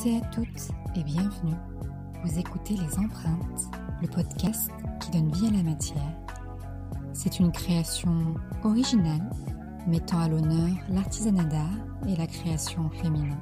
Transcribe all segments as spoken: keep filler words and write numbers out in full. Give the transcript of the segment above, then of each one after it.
tous et à toutes et bienvenue. Vous écoutez Les Empreintes, le podcast qui donne vie à la matière. C'est une création originale mettant à l'honneur l'artisanat d'art et la création féminin.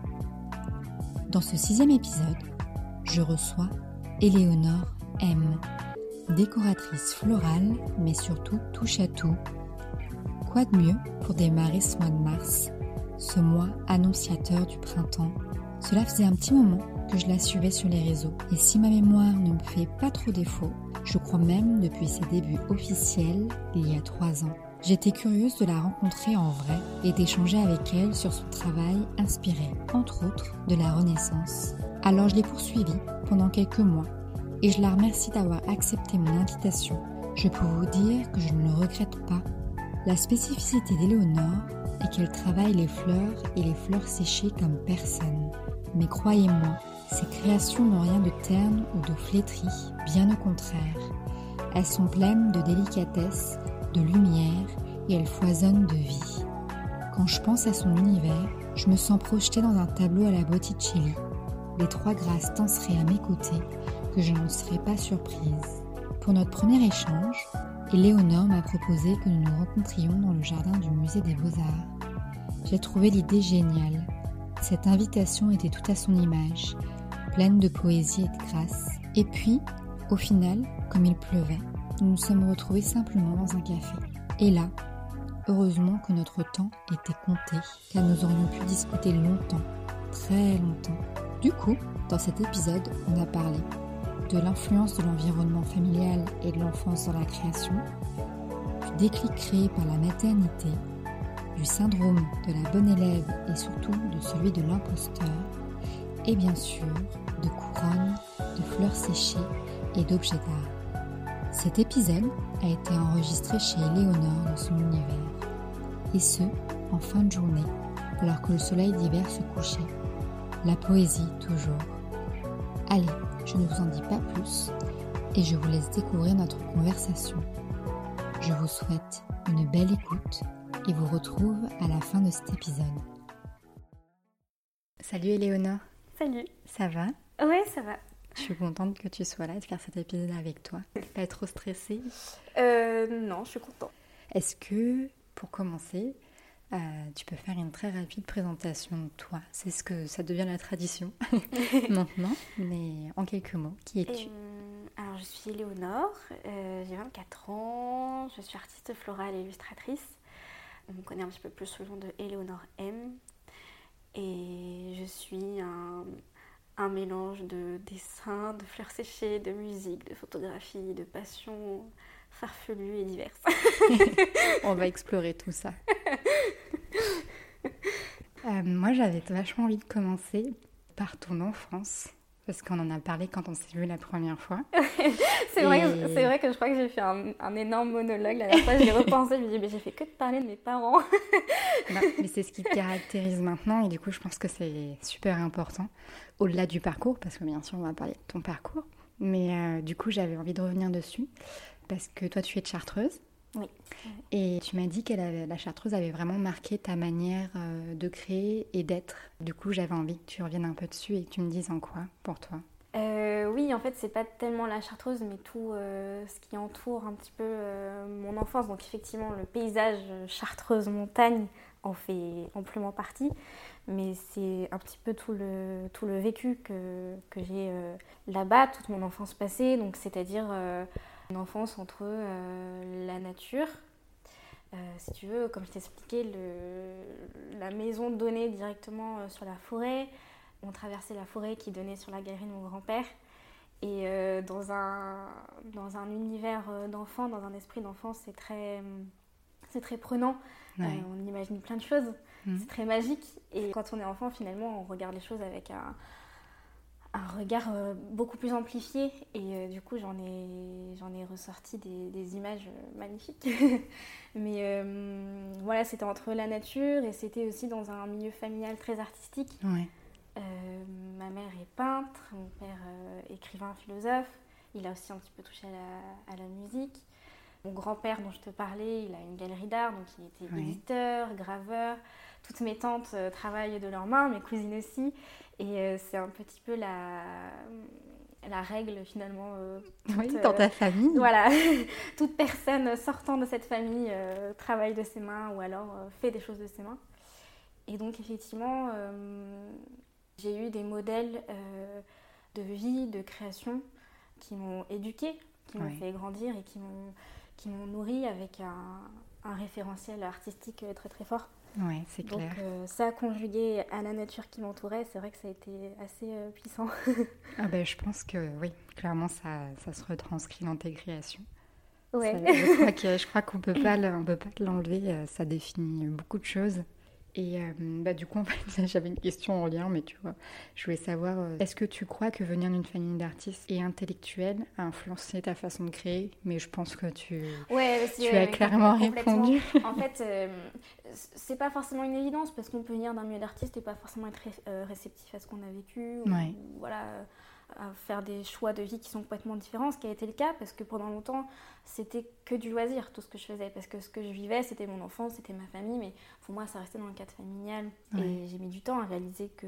Dans ce sixième épisode, je reçois Éléonore M, décoratrice florale mais surtout touche à tout. Quoi de mieux pour démarrer ce mois de mars, ce mois annonciateur du printemps? Cela faisait un petit moment que je la suivais sur les réseaux. Et si ma mémoire ne me fait pas trop défaut, je crois même depuis ses débuts officiels il y a trois ans. J'étais curieuse de la rencontrer en vrai et d'échanger avec elle sur son travail inspiré, entre autres, de la Renaissance. Alors je l'ai poursuivie pendant quelques mois et je la remercie d'avoir accepté mon invitation. Je peux vous dire que je ne le regrette pas. La spécificité d'Éléonore est qu'elle travaille les fleurs et les fleurs séchées comme personne. Mais croyez-moi, ces créations n'ont rien de terne ou de flétri, bien au contraire. Elles sont pleines de délicatesse, de lumière et elles foisonnent de vie. Quand je pense à son univers, je me sens projetée dans un tableau à la Botticelli. Les trois grâces danseraient à mes côtés, que je n'en serais pas surprise. Pour notre premier échange, Éléonore m'a proposé que nous nous rencontrions dans le jardin du musée des Beaux-Arts. J'ai trouvé l'idée géniale. Cette invitation était tout à son image, pleine de poésie et de grâce. Et puis, au final, comme il pleuvait, nous nous sommes retrouvés simplement dans un café. Et là, heureusement que notre temps était compté, car nous aurions pu discuter longtemps, très longtemps. Du coup, dans cet épisode, on a parlé de l'influence de l'environnement familial et de l'enfance dans la création, du déclic créé par la maternité, du syndrome de la bonne élève et surtout de celui de l'imposteur, et bien sûr de couronnes, de fleurs séchées et d'objets d'art. Cet épisode a été enregistré chez Éléonore dans son univers, et ce, en fin de journée, alors que le soleil d'hiver se couchait. La poésie toujours. Allez, je ne vous en dis pas plus, et je vous laisse découvrir notre conversation. Je vous souhaite une belle écoute, et vous retrouve à la fin de cet épisode. Salut Éléonore. Salut. Ça va? Ouais, ça va. Je suis contente que tu sois là et de faire cet épisode avec toi. Pas trop stressée? Euh, non, je suis contente. Est-ce que, pour commencer, euh, tu peux faire une très rapide présentation de toi? C'est ce que ça devient la tradition maintenant, mais en quelques mots, qui es-tu? euh, Alors, je suis Éléonore, euh, j'ai vingt-quatre ans, je suis artiste florale et illustratrice. On me connaît un petit peu plus sous le nom de Éléonore M. Et je suis un, un mélange de dessin, de fleurs séchées, de musique, de photographie, de passion farfelue et diverses. On va explorer tout ça. euh, moi, j'avais vachement envie de commencer par ton enfance. Parce qu'on en a parlé quand on s'est vu la première fois. c'est, et... vrai que, c'est vrai que je crois que j'ai fait un, un énorme monologue. La dernière fois, j'y ai repensé. Je me dis, mais j'ai fait que de parler de mes parents. Non, mais c'est ce qui te caractérise maintenant. Et du coup, je pense que c'est super important. Au-delà du parcours, parce que bien sûr, on va parler de ton parcours. Mais euh, du coup, j'avais envie de revenir dessus. Parce que toi, tu es de Chartreuse. Oui. Et tu m'as dit que la Chartreuse avait vraiment marqué ta manière de créer et d'être. Du coup, j'avais envie que tu reviennes un peu dessus et que tu me dises en quoi, pour toi. Euh, oui, en fait, c'est pas tellement la Chartreuse, mais tout euh, ce qui entoure un petit peu euh, mon enfance. Donc effectivement, le paysage Chartreuse-Montagne en fait amplement partie. Mais c'est un petit peu tout le, tout le vécu que, que j'ai euh, là-bas, toute mon enfance passée. Donc c'est-à-dire... Euh, une enfance entre euh, la nature, euh, si tu veux, comme je t'expliquais, le, la maison donnait directement euh, sur la forêt. On traversait la forêt qui donnait sur la galerie de mon grand-père. Et euh, dans, un, dans un univers d'enfant, dans un esprit d'enfant, c'est très, c'est très prenant. Ouais. Euh, on imagine plein de choses. Mmh. C'est très magique. Et quand on est enfant, finalement, on regarde les choses avec un... un regard euh, beaucoup plus amplifié et euh, du coup j'en ai, j'en ai ressorti des, des images euh, magnifiques. Mais euh, voilà, c'était entre la nature et c'était aussi dans un milieu familial très artistique. Ouais. Euh, ma mère est peintre, mon père euh, écrivain, philosophe. Il a aussi un petit peu touché à la, à la musique. Mon grand-père dont je te parlais, il a une galerie d'art, donc il était Oui. éditeur, graveur. Toutes mes tantes euh, travaillent de leurs mains, mes cousines aussi. Et euh, c'est un petit peu la, la règle finalement. Euh, toute, Oui, dans ta famille. Euh, voilà, toute personne sortant de cette famille euh, travaille de ses mains ou alors euh, fait des choses de ses mains. Et donc effectivement, euh, j'ai eu des modèles euh, de vie, de création qui m'ont éduquée, qui m'ont Oui. fait grandir et qui m'ont, qui m'ont nourrie avec un, un référentiel artistique très très fort. Oui, c'est Donc clair. euh, ça conjugué à la nature qui m'entourait, c'est vrai que ça a été assez euh, puissant. Ah ben, je pense que oui, clairement, ça, ça se retranscrit dans tes créations. Ouais. Ça, je crois que, je crois qu'on peut pas, le- on peut pas te l'enlever, euh, ça définit beaucoup de choses. Et euh, bah, du coup, en fait, j'avais une question en lien, mais tu vois, je voulais savoir, euh, est-ce que tu crois que venir d'une famille d'artistes et intellectuels a influencé ta façon de créer? Mais je pense que tu, Ouais, tu as clairement répondu. En fait, euh, c'est pas forcément une évidence parce qu'on peut venir d'un milieu d'artiste et pas forcément être ré- euh, réceptif à ce qu'on a vécu. Ou, Ouais. ou voilà, euh, à faire des choix de vie qui sont complètement différents, ce qui a été le cas parce que pendant longtemps, c'était que du loisir, tout ce que je faisais. Parce que ce que je vivais, c'était mon enfance, c'était ma famille, mais pour moi, ça restait dans le cadre familial. Ouais. Et j'ai mis du temps à réaliser que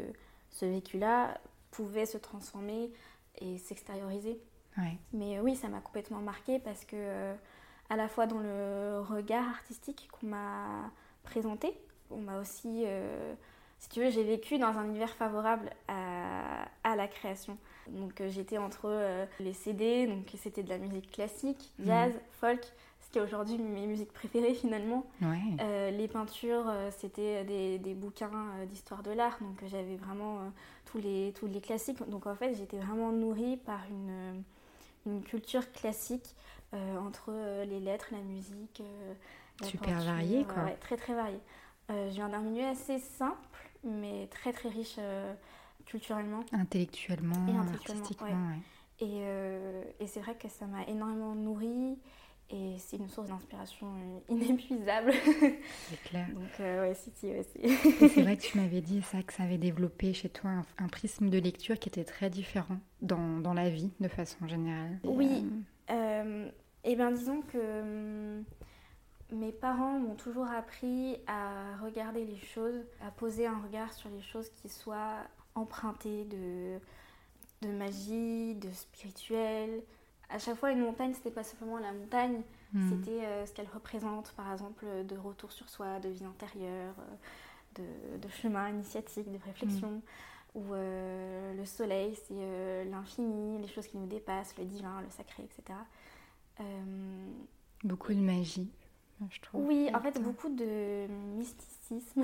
ce vécu-là pouvait se transformer et s'extérioriser. Ouais. Mais euh, oui, ça m'a complètement marquée parce que, euh, à la fois dans le regard artistique qu'on m'a présenté, on m'a aussi, euh, si tu veux, j'ai vécu dans un univers favorable à, à la création. Donc euh, j'étais entre euh, les C D, donc c'était de la musique classique, jazz, mmh. folk, ce qui est aujourd'hui mes musiques préférées finalement. Ouais. Euh, les peintures, euh, c'était des, des bouquins euh, d'histoire de l'art, donc euh, j'avais vraiment euh, tous, les, tous les classiques. Donc en fait, j'étais vraiment nourrie par une... une culture classique euh, entre euh, les lettres, la musique, euh, la Super peinture, variée, quoi. Euh, ouais, très très variée. Euh, je viens d'un milieu assez simple, mais très très riche euh, culturellement. Intellectuellement, et intellectuellement, artistiquement, ouais. ouais. Et, euh, et c'est vrai que ça m'a énormément nourrie et c'est une source d'inspiration euh, inépuisable. C'est clair. Donc euh, ouais, si, si, ouais, si. Et c'est vrai que tu m'avais dit ça, que ça avait développé chez toi un, un prisme de lecture qui était très différent dans, dans la vie, de façon générale. Et Oui, euh... euh, et bien disons que euh, mes parents m'ont toujours appris à regarder les choses, à poser un regard sur les choses qui soient empruntées de, de magie, de spirituel. À chaque fois, une montagne, c'était pas simplement la montagne, mmh. c'était euh, ce qu'elle représente, par exemple, de retour sur soi, de vie intérieure, de, de chemin initiatique, de réflexion. Mmh. Où euh, le soleil, c'est euh, l'infini, les choses qui nous dépassent, le divin, le sacré, et cetera. Euh... Beaucoup de magie, je trouve. Oui, en fait, beaucoup de mysticisme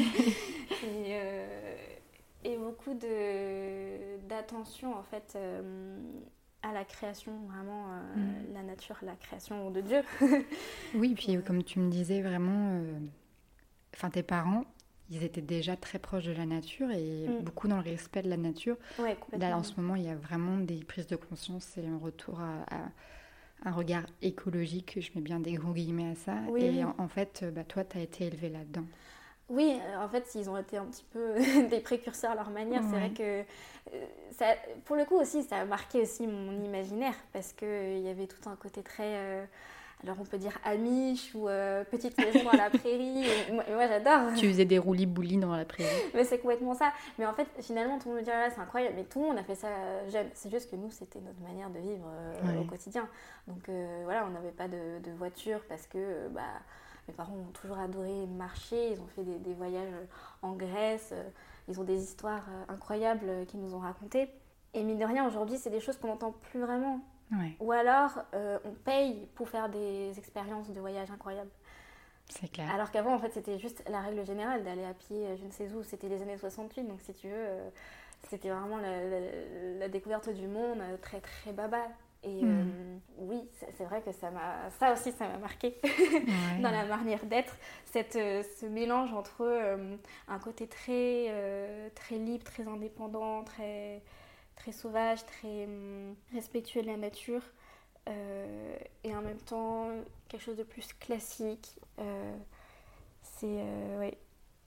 et, euh, et beaucoup de, d'attention, en fait, euh, à la création, vraiment, euh, mm. la nature, la création de Dieu. Oui, puis comme tu me disais, vraiment, enfin, euh, tes parents, ils étaient déjà très proches de la nature et mm. beaucoup dans le respect de la nature. Ouais, complètement. Là, en ce moment, il y a vraiment des prises de conscience et un retour à, à un regard écologique. Je mets bien des gros guillemets à ça. Oui, et oui. En, en fait, bah, toi, tu as été élevée là-dedans. Oui, en fait, ils ont été un petit peu des précurseurs à leur manière. Ouais. C'est vrai que, ça, pour le coup aussi, ça a marqué aussi mon imaginaire parce qu'il y avait tout un côté très... Euh, alors on peut dire amiche ou euh, petite maison dans la prairie. Et moi, moi j'adore. Tu faisais des roulis-boulis dans la prairie. Mais c'est complètement ça. Mais en fait, finalement, tout le monde me dit ah, c'est incroyable. Mais tout le monde a fait ça jeune. C'est juste que nous, c'était notre manière de vivre euh, ouais. au quotidien. Donc euh, voilà, on n'avait pas de, de voiture parce que bah, mes parents ont toujours adoré marcher. Ils ont fait des, des voyages en Grèce. Ils ont des histoires incroyables qu'ils nous ont racontées. Et mine de rien, aujourd'hui, c'est des choses qu'on n'entend plus vraiment. Ouais. Ou alors, euh, on paye pour faire des expériences de voyage incroyables. C'est clair. Alors qu'avant, en fait, c'était juste la règle générale d'aller à pied, je ne sais où. C'était les années soixante-huit, donc si tu veux, euh, c'était vraiment la, la, la découverte du monde très, très baba. Et mmh. euh, oui, c'est, c'est vrai que ça m'a, ça aussi, ça m'a marqué ouais. dans la manière d'être. Cette, euh, ce mélange entre euh, un côté très, euh, très libre, très indépendant, très... très sauvage, très hum, respectueux de la nature euh, et en même temps quelque chose de plus classique. Euh, c'est euh, ouais.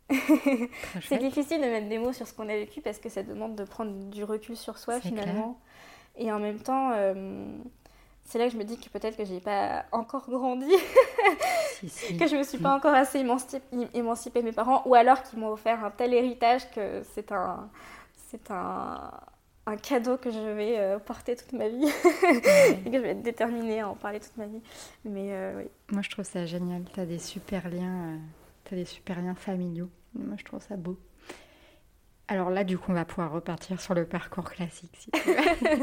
c'est difficile de mettre des mots sur ce qu'on a vécu parce que ça demande de prendre du recul sur soi c'est finalement. Clair. Et en même temps, euh, c'est là que je me dis que peut-être que j'ai pas encore grandi, si, si. que je me suis pas encore assez émancipée, émancipée de mes parents, ou alors qu'ils m'ont offert un tel héritage que c'est un, c'est un, un cadeau que je vais euh, porter toute ma vie ouais. et que je vais être déterminée à en parler toute ma vie. Mais euh, oui. Moi, je trouve ça génial. T'as des super liens, euh, t'as des super liens familiaux. Moi, je trouve ça beau. Alors là, du coup, on va pouvoir repartir sur le parcours classique, si tu veux.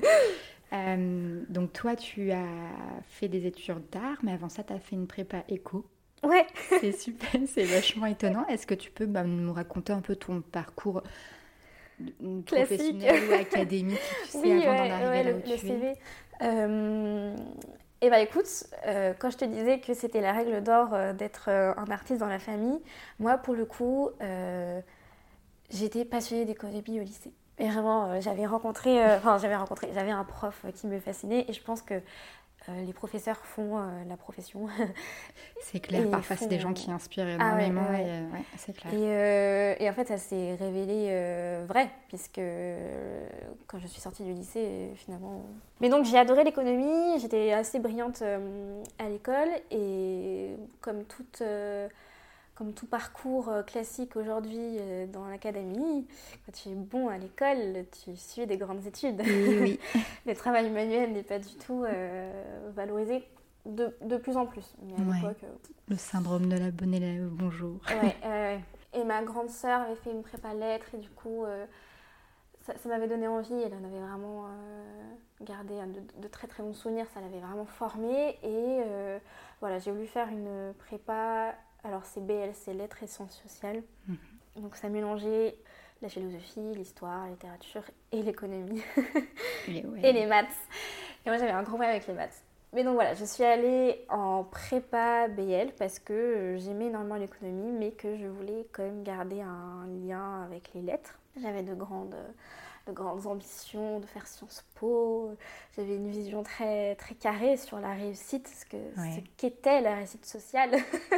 euh, donc toi, tu as fait des études d'art, mais avant ça, tu as fait une prépa éco. Ouais. C'est super, c'est vachement étonnant. Est-ce que tu peux bah, nous raconter un peu ton parcours professionnel ou académique, tu sais, oui, avant ouais, d'en arriver ouais, là le, où le tu C V. es euh, Et bah écoute, euh, quand je te disais que c'était la règle d'or euh, d'être euh, un artiste dans la famille, moi, pour le coup... Euh, J'étais passionnée d'économie au lycée. Et vraiment, euh, j'avais rencontré, euh, enfin, j'avais rencontré, j'avais un prof euh, qui me fascinait. Et je pense que euh, les professeurs font euh, la profession. C'est clair, et parfois font... c'est des gens qui inspirent énormément. Ah ouais, ouais. Et, euh, ouais, c'est clair. Et, euh, et en fait, ça s'est révélé euh, vrai, puisque euh, quand je suis sortie du lycée, finalement... Mais donc, j'ai adoré l'économie, j'étais assez brillante euh, à l'école. Et comme toute... Euh, Comme tout parcours classique aujourd'hui dans l'académie, quand tu es bon à l'école, tu suis des grandes études. Oui, oui. Le travail manuel n'est pas du tout euh, valorisé de, de plus en plus. Mais à ouais. l'époque... Euh... Le syndrome de la bonne élève, bonjour. Ouais, euh, et ma grande sœur avait fait une prépa lettres et du coup, euh, ça, ça m'avait donné envie. Elle en avait vraiment euh, gardé de, de très très bons souvenirs. Ça l'avait vraiment formée. Et euh, voilà, j'ai voulu faire une prépa... Alors c'est B L, c'est lettres et sciences sociales. Mmh. Donc ça mélangeait la philosophie, l'histoire, la littérature et l'économie. Et, ouais. et les maths. Et moi j'avais un gros problème avec les maths. Mais donc voilà, je suis allée en prépa B L parce que j'aimais énormément l'économie, mais que je voulais quand même garder un lien avec les lettres. J'avais de grandes... de grandes ambitions, de faire Sciences Po. J'avais une vision très, très carrée sur la réussite, ce, que, ouais. ce qu'était la réussite sociale.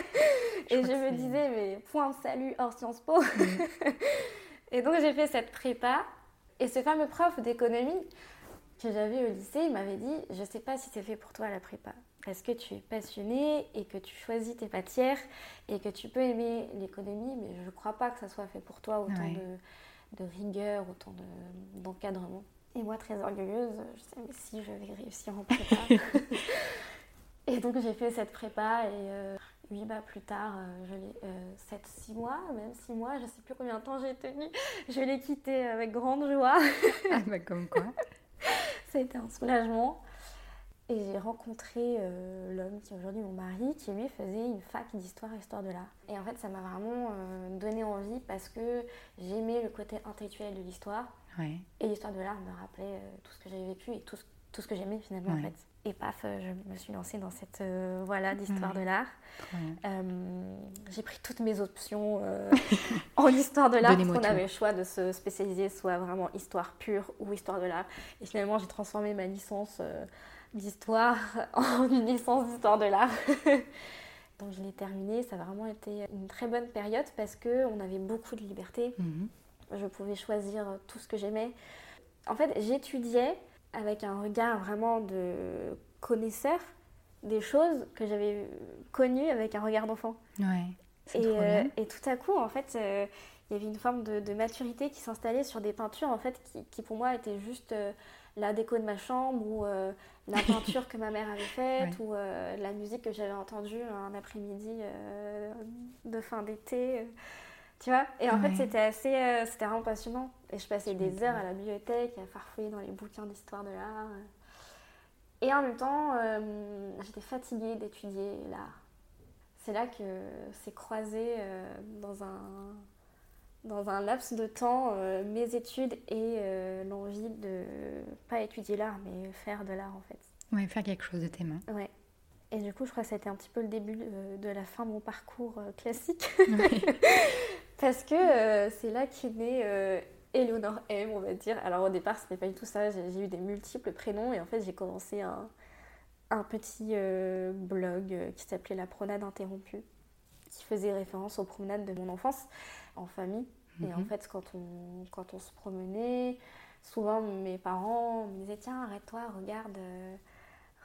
Et je, je me disais, mais point de salut hors Sciences Po. Mm. Et donc j'ai fait cette prépa. Et ce fameux prof d'économie que j'avais au lycée, il m'avait dit, je ne sais pas si c'est fait pour toi la prépa. Parce que tu es passionné et que tu choisis tes matières et que tu peux aimer l'économie, mais je ne crois pas que ça soit fait pour toi autant ouais. de... de rigueur, autant de, d'encadrement. Et moi, très orgueilleuse, je sais, mais si, je vais réussir en prépa. Et donc, j'ai fait cette prépa et euh, huit mois plus tard, euh, je l'ai, euh, sept, six mois, même six mois, je ne sais plus combien de temps j'ai tenu, je l'ai quitté avec grande joie. Ah bah comme quoi. Ça a été un soulagement. Et j'ai rencontré euh, l'homme qui est aujourd'hui mon mari, qui lui faisait une fac d'histoire et histoire de l'art. Et en fait, ça m'a vraiment euh, donné envie parce que j'aimais le côté intellectuel de l'histoire. Ouais. Et l'histoire de l'art me rappelait euh, tout ce que j'avais vécu et tout ce, tout ce que j'aimais finalement ouais. en fait. Et paf, euh, je me suis lancée dans cette euh, voilà, d'histoire ouais. de l'art. Ouais. Euh, j'ai pris toutes mes options euh, en histoire de l'art parce qu'on avait le choix de se spécialiser soit vraiment histoire pure ou histoire de l'art. Et finalement, j'ai transformé ma licence... Euh, d'histoire en une licence d'histoire de l'art. Donc je l'ai terminée, ça a vraiment été une très bonne période parce qu'on avait beaucoup de liberté. Mmh. Je pouvais choisir tout ce que j'aimais. En fait, j'étudiais avec un regard vraiment de connaisseur des choses que j'avais connues avec un regard d'enfant. Ouais, c'est et, trop euh, bien. Et tout à coup, en fait, euh, il y avait une forme de, de maturité qui s'installait sur des peintures en fait, qui, qui pour moi étaient juste... Euh, la déco de ma chambre ou euh, la peinture que ma mère avait faite ouais. ou euh, la musique que j'avais entendue un après-midi euh, de fin d'été, euh, tu vois. Et en ouais. fait, c'était assez, euh, c'était vraiment passionnant. Et je passais je des heures à la bibliothèque à farfouiller dans les bouquins d'histoire de l'art. Et en même temps, euh, j'étais fatiguée d'étudier l'art. C'est là que c'est croisé euh, dans un... dans un laps de temps, euh, mes études et euh, l'envie de pas étudier l'art, mais faire de l'art en fait. Ouais, faire quelque chose de tes mains. Ouais. Et du coup, je crois que ça a été un petit peu le début de, de la fin de mon parcours euh, classique. Ouais. Parce que euh, c'est là qu'est née euh, Éléonore M, on va dire. Alors au départ, ce n'est pas du tout ça. J'ai, j'ai eu des multiples prénoms et en fait, j'ai commencé un, un petit euh, blog euh, qui s'appelait La Promenade Interrompue, qui faisait référence aux promenades de mon enfance en famille. Et en fait, quand on, quand on se promenait, souvent mes parents me disaient « Tiens, arrête-toi, regarde, euh,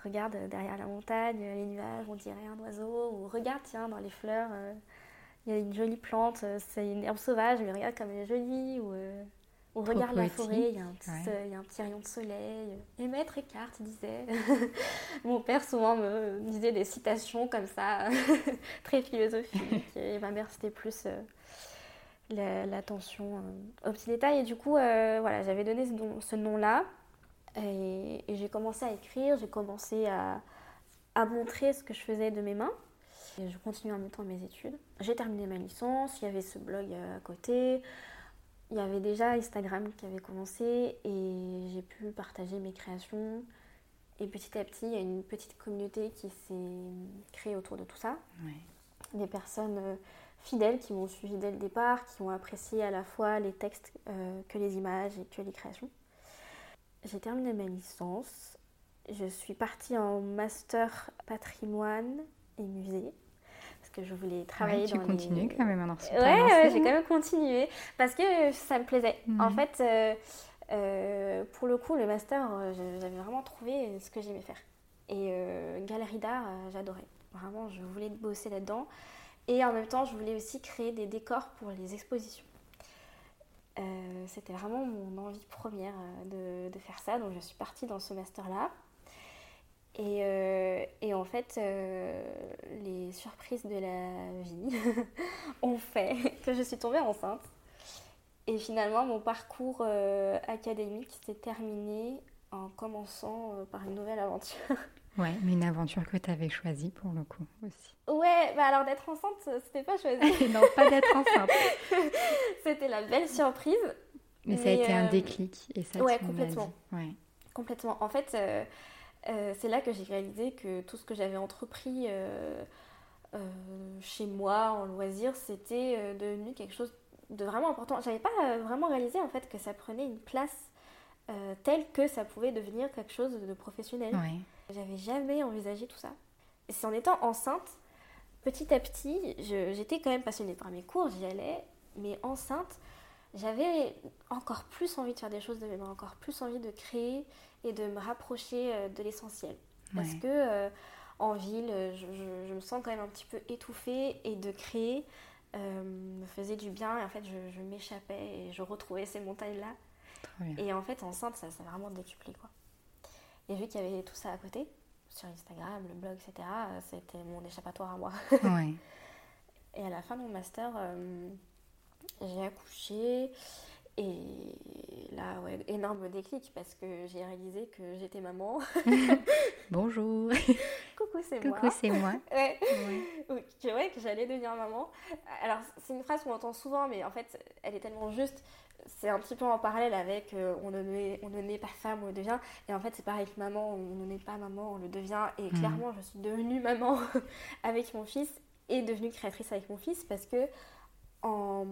regarde derrière la montagne, les nuages, on dirait un oiseau. Ou regarde, tiens, dans les fleurs, il euh, y a une jolie plante, c'est une herbe sauvage, mais regarde comme elle est jolie. Ou, euh, ou regarde poétique. La forêt, il y, a un petit, ouais. euh, y a un petit rayon de soleil. Et Maître Eckhart disait. Mon père souvent me disait des citations comme ça, très philosophiques. Et ma mère, c'était plus euh, la, l'attention euh, aux petits détails. Et du coup, euh, voilà, j'avais donné ce, nom, ce nom-là. Et, et j'ai commencé à écrire, j'ai commencé à, à montrer ce que je faisais de mes mains. Et je continue en même temps mes études. J'ai terminé ma licence, il y avait ce blog à côté, il y avait déjà Instagram qui avait commencé et j'ai pu partager mes créations. Et petit à petit, il y a une petite communauté qui s'est créée autour de tout ça. Ouais. Des personnes fidèles qui m'ont suivi dès le départ, qui ont apprécié à la fois les textes euh, que les images et que les créations. J'ai terminé ma licence, je suis partie en master patrimoine et musée, parce que je voulais travailler ouais, dans les... Tu continues quand même alors sur ta Ouais, lancée, ouais, j'ai quand même continué, parce que ça me plaisait. Mmh. En fait, euh, euh, pour le coup, le master, j'avais vraiment trouvé ce que j'aimais faire. Et euh, galerie d'art, j'adorais. Vraiment, je voulais bosser là-dedans. Et en même temps, je voulais aussi créer des décors pour les expositions. Euh, c'était vraiment mon envie première de, de faire ça, donc je suis partie dans ce master-là. Et, euh, et en fait, euh, les surprises de la vie ont fait que je suis tombée enceinte. Et finalement, mon parcours euh, académique s'est terminé en commençant euh, par une nouvelle aventure. Ouais, mais une aventure que tu avais choisie pour le coup aussi. Ouais, bah alors d'être enceinte, c'était pas choisi. Non, pas d'être enceinte. C'était la belle surprise. Mais, mais ça a été euh... un déclic et ça. Ouais, complètement. Ouais. Complètement. En fait, euh, euh, c'est là que j'ai réalisé que tout ce que j'avais entrepris euh, euh, chez moi en loisir, c'était euh, devenu quelque chose de vraiment important. J'avais pas euh, vraiment réalisé en fait que ça prenait une place euh, telle que ça pouvait devenir quelque chose de professionnel. Ouais. J'avais jamais envisagé tout ça. Et c'est en étant enceinte, petit à petit, je, j'étais quand même passionnée par mes cours, j'y allais, mais enceinte, j'avais encore plus envie de faire des choses de mes mains, encore plus envie de créer et de me rapprocher de l'essentiel. Parce ouais. que euh, en ville, je, je, je me sens quand même un petit peu étouffée et de créer euh, me faisait du bien. Et en fait, je, je m'échappais et je retrouvais ces montagnes-là. Et en fait, enceinte, ça s'est vraiment décuplé, quoi. Et vu qu'il y avait tout ça à côté, sur Instagram, le blog, et cetera, c'était mon échappatoire à moi. Ouais. Et à la fin de mon master, euh, j'ai accouché. Et là, ouais, énorme déclic parce que j'ai réalisé que j'étais maman. Bonjour. Coucou, c'est Coucou, moi. Coucou, c'est moi. Ouais. Ouais. Que, ouais, que j'allais devenir maman. Alors, c'est une phrase qu'on entend souvent, mais en fait, elle est tellement juste. C'est un petit peu en parallèle avec euh, on, ne naît, on ne naît pas femme, on le devient. Et en fait, c'est pareil que maman, on ne naît pas maman, on le devient. Et mmh. clairement, je suis devenue maman avec mon fils et devenue créatrice avec mon fils parce que en,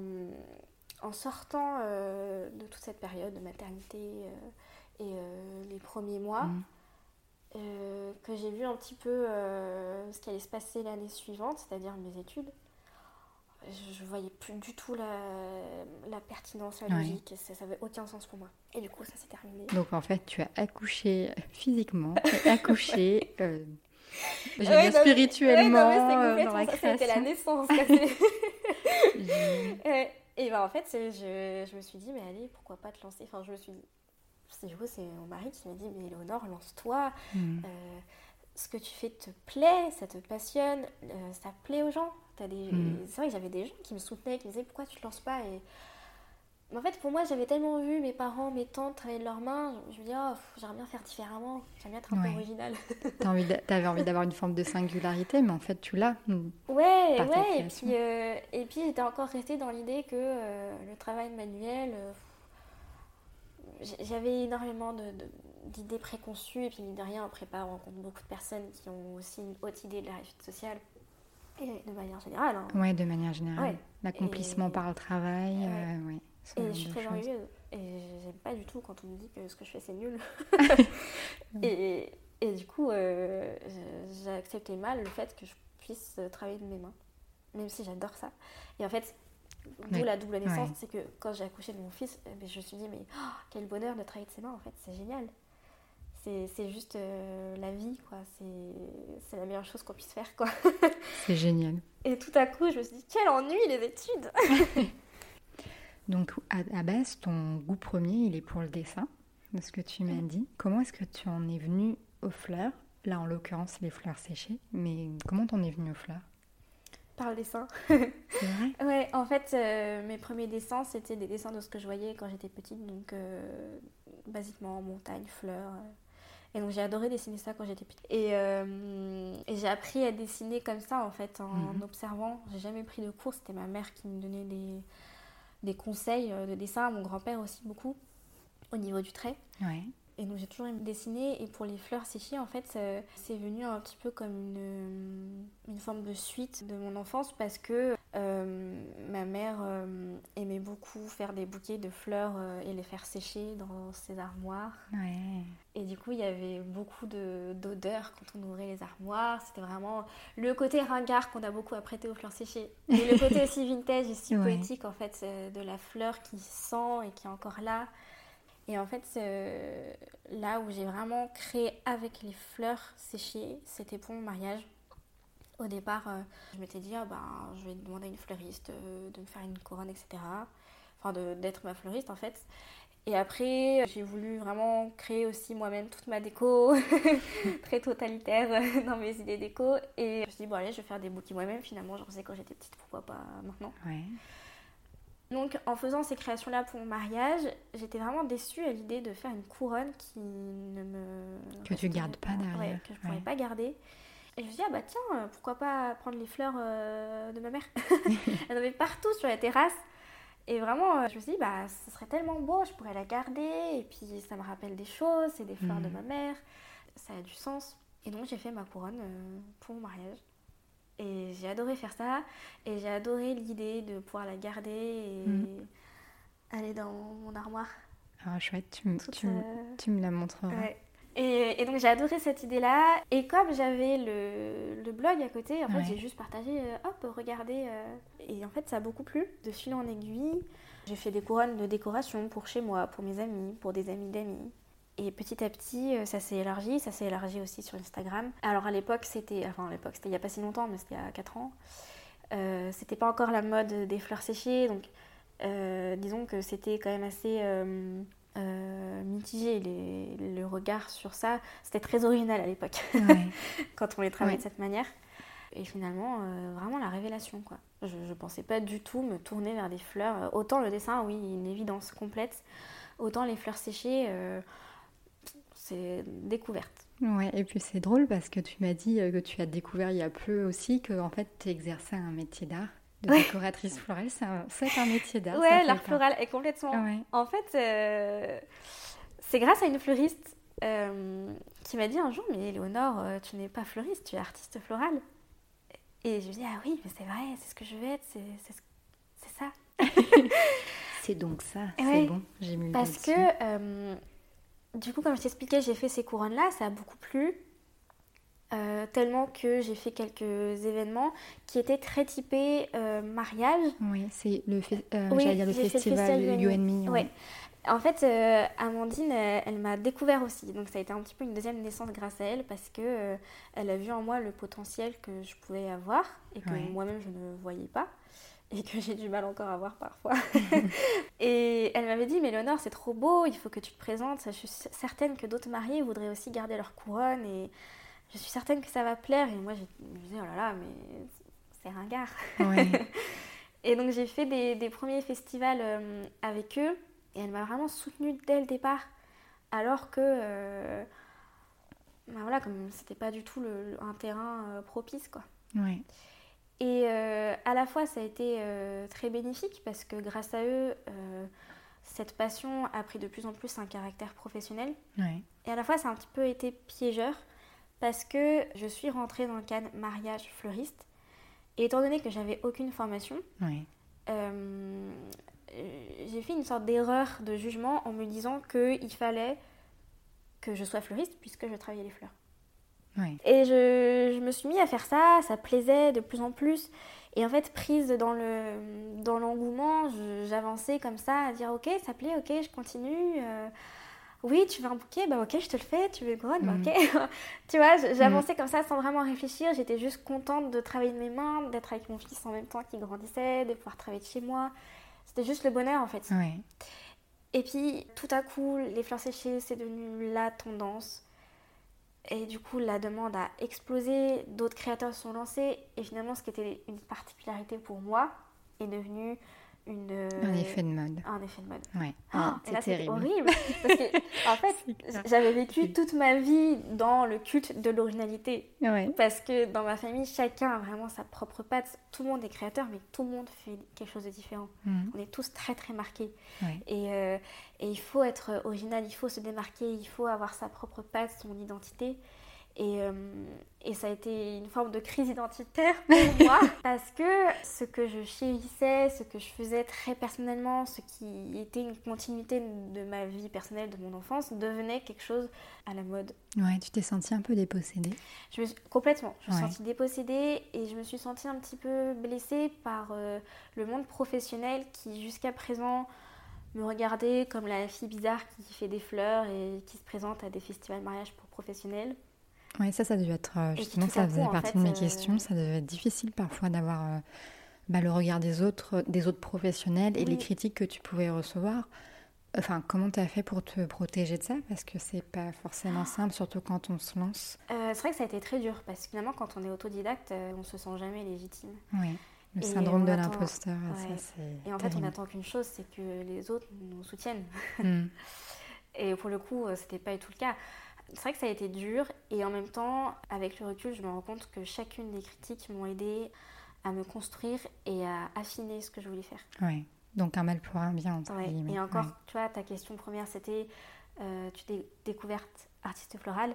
en sortant euh, de toute cette période de maternité euh, et euh, les premiers mois, mmh. euh, que j'ai vu un petit peu euh, ce qui allait se passer l'année suivante, c'est-à-dire mes études, je voyais plus du tout la, la pertinence, la logique, ouais. ça n'avait aucun sens pour moi. Et du coup, ça s'est terminé. Donc en fait, tu as accouché physiquement, et accouché euh, je veux ouais, dire spirituellement ouais, non, euh, dans la ça, création. C'était la naissance. et, et ben en fait, je, je me suis dit, mais allez, pourquoi pas te lancer. Enfin, je me suis dit, c'est, du coup, c'est mon mari qui m'a dit, mais Éléonore, lance-toi. Mm. Euh, ce que tu fais te plaît, ça te passionne, euh, ça plaît aux gens. T'as des... mm. C'est vrai que j'avais des gens qui me soutenaient, qui me disaient pourquoi tu te lances pas. Et mais en fait, pour moi, j'avais tellement vu mes parents, mes tantes travailler de leurs mains, je me dis, oh, j'aimerais bien faire différemment, j'aimerais bien être un ouais. peu originale. T'as envie de... T'avais envie d'avoir une forme de singularité, mais en fait, tu l'as. Ouais, ouais, et puis, euh, et puis j'étais encore restée dans l'idée que euh, le travail manuel, euh, j'avais énormément de, de, d'idées préconçues, et puis mine de rien, en prépa, on rencontre beaucoup de personnes qui ont aussi une haute idée de la réussite sociale. Et de manière générale. Hein. Ouais, de manière générale. Ouais. L'accomplissement et... par le travail. Ouais. Euh, ouais, et je suis très orgueilleuse. Et j'aime pas du tout quand on me dit que ce que je fais, c'est nul. et, et du coup, euh, j'ai accepté mal le fait que je puisse travailler de mes mains. Même si j'adore ça. Et en fait, d'où ouais. la double naissance, ouais. c'est que quand j'ai accouché de mon fils, je me suis dit, mais oh, quel bonheur de travailler de ses mains, en fait, c'est génial. c'est, c'est juste euh, la vie, quoi. C'est, c'est la meilleure chose qu'on puisse faire, quoi. C'est génial. Et tout à coup, je me suis dit, quel ennui les études. Donc, à, à base, ton goût premier, il est pour le dessin, de ce que tu m'as dit. Comment est-ce que tu en es venue aux fleurs? Là, en l'occurrence, les fleurs séchées. Mais comment t'en es venue aux fleurs? Par le dessin. C'est vrai? Ouais, en fait, euh, mes premiers dessins, c'était des dessins de ce que je voyais quand j'étais petite. Donc, euh, basiquement, montagne, fleurs. Euh. Et donc, j'ai adoré dessiner ça quand j'étais petite. Et, euh, et j'ai appris à dessiner comme ça, en fait, en mmh. observant. J'ai jamais pris de cours. C'était ma mère qui me donnait des, des conseils de dessin. Mon grand-père aussi, beaucoup, au niveau du trait. Ouais. Et donc j'ai toujours aimé dessiner, et pour les fleurs séchées, en fait, euh, c'est venu un petit peu comme une, une forme de suite de mon enfance, parce que euh, ma mère euh, aimait beaucoup faire des bouquets de fleurs euh, et les faire sécher dans ses armoires. Ouais. Et du coup, il y avait beaucoup de, d'odeurs quand on ouvrait les armoires. C'était vraiment le côté ringard qu'on a beaucoup apprêté aux fleurs séchées. Et le côté aussi vintage et si ouais. poétique, en fait, de la fleur qui sent et qui est encore là. Et en fait, euh, là où j'ai vraiment créé avec les fleurs séchées, c'était pour mon mariage. Au départ, euh, je m'étais dit, ah, ben, je vais demander à une fleuriste euh, de me faire une couronne, et cetera. Enfin, de, d'être ma fleuriste, en fait. Et après, j'ai voulu vraiment créer aussi moi-même toute ma déco, très totalitaire dans mes idées déco. Et je me suis dit, bon, allez, je vais faire des bouquets moi-même. Finalement, j'en faisais quand j'étais petite, pourquoi pas maintenant. Ouais. Donc, en faisant ces créations-là pour mon mariage, j'étais vraiment déçue à l'idée de faire une couronne qui ne me... Que tu gardes pas derrière. Ouais, que je ne pourrais ouais. pas garder. Et je me suis dit, ah bah tiens, pourquoi pas prendre les fleurs euh, de ma mère. Elles en avaient partout sur la terrasse. Et vraiment, je me suis dit, bah ce serait tellement beau, je pourrais la garder. Et puis, ça me rappelle des choses, c'est des fleurs mmh. de ma mère. Ça a du sens. Et donc, j'ai fait ma couronne euh, pour mon mariage. Et j'ai adoré faire ça, et j'ai adoré l'idée de pouvoir la garder et mmh. aller dans mon armoire. Ah, chouette, tu, m- tu, m- euh... tu me la montreras. Ouais. Et, et donc j'ai adoré cette idée-là, et comme j'avais le, le blog à côté, en fait ouais. j'ai juste partagé, euh, hop, regardez, euh... et en fait ça a beaucoup plu. De fil en aiguille, j'ai fait des couronnes de décoration pour chez moi, pour mes amis, pour des amis d'amis. Et petit à petit, ça s'est élargi, ça s'est élargi aussi sur Instagram. Alors à l'époque, c'était, enfin à l'époque, c'était il n'y a pas si longtemps, mais c'était il y a quatre ans. Euh, c'était pas encore la mode des fleurs séchées, donc euh, disons que c'était quand même assez euh, euh, mitigé les, le regard sur ça. C'était très original à l'époque, ouais. quand on les travaillait ouais. de cette manière. Et finalement, euh, vraiment la révélation, quoi. Je ne pensais pas du tout me tourner vers des fleurs. Autant le dessin, oui, une évidence complète. Autant les fleurs séchées... Euh, c'est découverte. Ouais, et puis c'est drôle parce que tu m'as dit que tu as découvert il y a peu aussi que en fait tu exerçais un métier d'art de ouais. décoratrice florale. C'est un, c'est un métier d'art. Ouais, l'art floral est complètement. Ouais. En fait, euh, c'est grâce à une fleuriste euh, qui m'a dit un jour, mais Éléonore, tu n'es pas fleuriste, tu es artiste florale. Et je lui ai dit, ah oui, mais c'est vrai, c'est ce que je veux être, c'est, c'est, c'est ça. C'est donc ça, ouais, c'est bon, j'ai mis le parce dessus. que. Euh, Du coup, comme je t'expliquais, j'ai fait ces couronnes-là, ça a beaucoup plu, euh, tellement que j'ai fait quelques événements qui étaient très typés euh, mariage. Oui, c'est le, fe- euh, oui, j'allais dire le festival You and Me. Ouais. En fait, euh, Amandine, elle, elle m'a découvert aussi, donc ça a été un petit peu une deuxième naissance grâce à elle, parce que euh, elle a vu en moi le potentiel que je pouvais avoir et que ouais. moi-même je ne voyais pas. Et que j'ai du mal encore à voir parfois. Et elle m'avait dit, mais Éléonore, c'est trop beau, il faut que tu te présentes. Je suis certaine que d'autres mariés voudraient aussi garder leur couronne et je suis certaine que ça va plaire. Et moi, je me disais, oh là là, mais c'est ringard. Ouais. Et donc, j'ai fait des, des premiers festivals euh, avec eux et elle m'a vraiment soutenue dès le départ. Alors que, euh, ben voilà, comme c'était pas du tout le, un terrain euh, propice, quoi. Ouais. Et euh, à la fois, ça a été euh, très bénéfique parce que grâce à eux, euh, cette passion a pris de plus en plus un caractère professionnel. Ouais. Et à la fois, ça a un petit peu été piégeur parce que je suis rentrée dans le cadre mariage fleuriste. Et étant donné que j'avais aucune formation, ouais. euh, j'ai fait une sorte d'erreur de jugement en me disant qu'il fallait que je sois fleuriste puisque je travaillais les fleurs. Ouais. Et je, je me suis mis à faire ça, ça plaisait de plus en plus. Et en fait, prise dans, le, dans l'engouement, je, j'avançais comme ça, à dire ok, ça plaît, ok, je continue. Euh, oui, tu veux un bouquet, bah ok, je te le fais, tu veux une couronne, bah Mm. ok. Tu vois, je- j'avançais Mm. comme ça sans vraiment réfléchir, j'étais juste contente de travailler de mes mains, d'être avec mon fils en même temps qui grandissait, de pouvoir travailler de chez moi. C'était juste le bonheur en fait. Ouais. Et puis tout à coup, les fleurs séchées, c'est devenu la tendance. Et du coup, la demande a explosé, d'autres créateurs se sont lancés, et finalement, ce qui était une particularité pour moi est devenu une, Un euh, effet de mode. un effet de mode. Ouais. Oh, Ah, et c'est là, c'était terrible. horrible. Parce que, en fait, C'est clair. j'avais vécu toute ma vie dans le culte de l'originalité. Ouais. Parce que dans ma famille, chacun a vraiment sa propre patte. Tout le monde est créateur, mais tout le monde fait quelque chose de différent. Mm. On est tous très, très marqués. Ouais. Et, euh, et il faut être original, il faut se démarquer, il faut avoir sa propre patte, son identité. Et, euh, et ça a été une forme de crise identitaire pour moi parce que ce que je chérissais, ce que je faisais très personnellement, ce qui était une continuité de ma vie personnelle, de mon enfance, devenait quelque chose à la mode. Ouais, tu t'es sentie un peu dépossédée. Je me suis, complètement, je me suis Ouais. sentie dépossédée et je me suis sentie un petit peu blessée par euh, le monde professionnel qui jusqu'à présent me regardait comme la fille bizarre qui fait des fleurs et qui se présente à des festivals mariage pour professionnels. Ouais, ça, ça devait être... euh, Et qui, justement, tout ça à faisait coup, en partie fait, de mes euh, questions. Ça devait être difficile parfois d'avoir euh, bah, le regard des autres, des autres professionnels et Oui. les critiques que tu pouvais recevoir. Enfin, comment tu as fait pour te protéger de ça? Parce que c'est pas forcément simple, surtout quand on se lance. Euh, c'est vrai que ça a été très dur parce que finalement, quand on est autodidacte, euh, on se sent jamais légitime. Oui, le Et syndrome on de attend- l'imposteur, ouais. ça c'est Et en fait, on terrible. attend qu'une chose, c'est que les autres nous soutiennent. Mm. Et pour le coup, euh, c'était pas du tout le cas. C'est vrai que ça a été dur et en même temps, avec le recul, je me rends compte que chacune des critiques m'ont aidé à me construire et à affiner ce que je voulais faire. Ouais. Donc un mal pour un bien, entre Ouais. guillemets. Et encore, Ouais. tu vois, ta question première, c'était euh, tu t'es découverte artiste florale.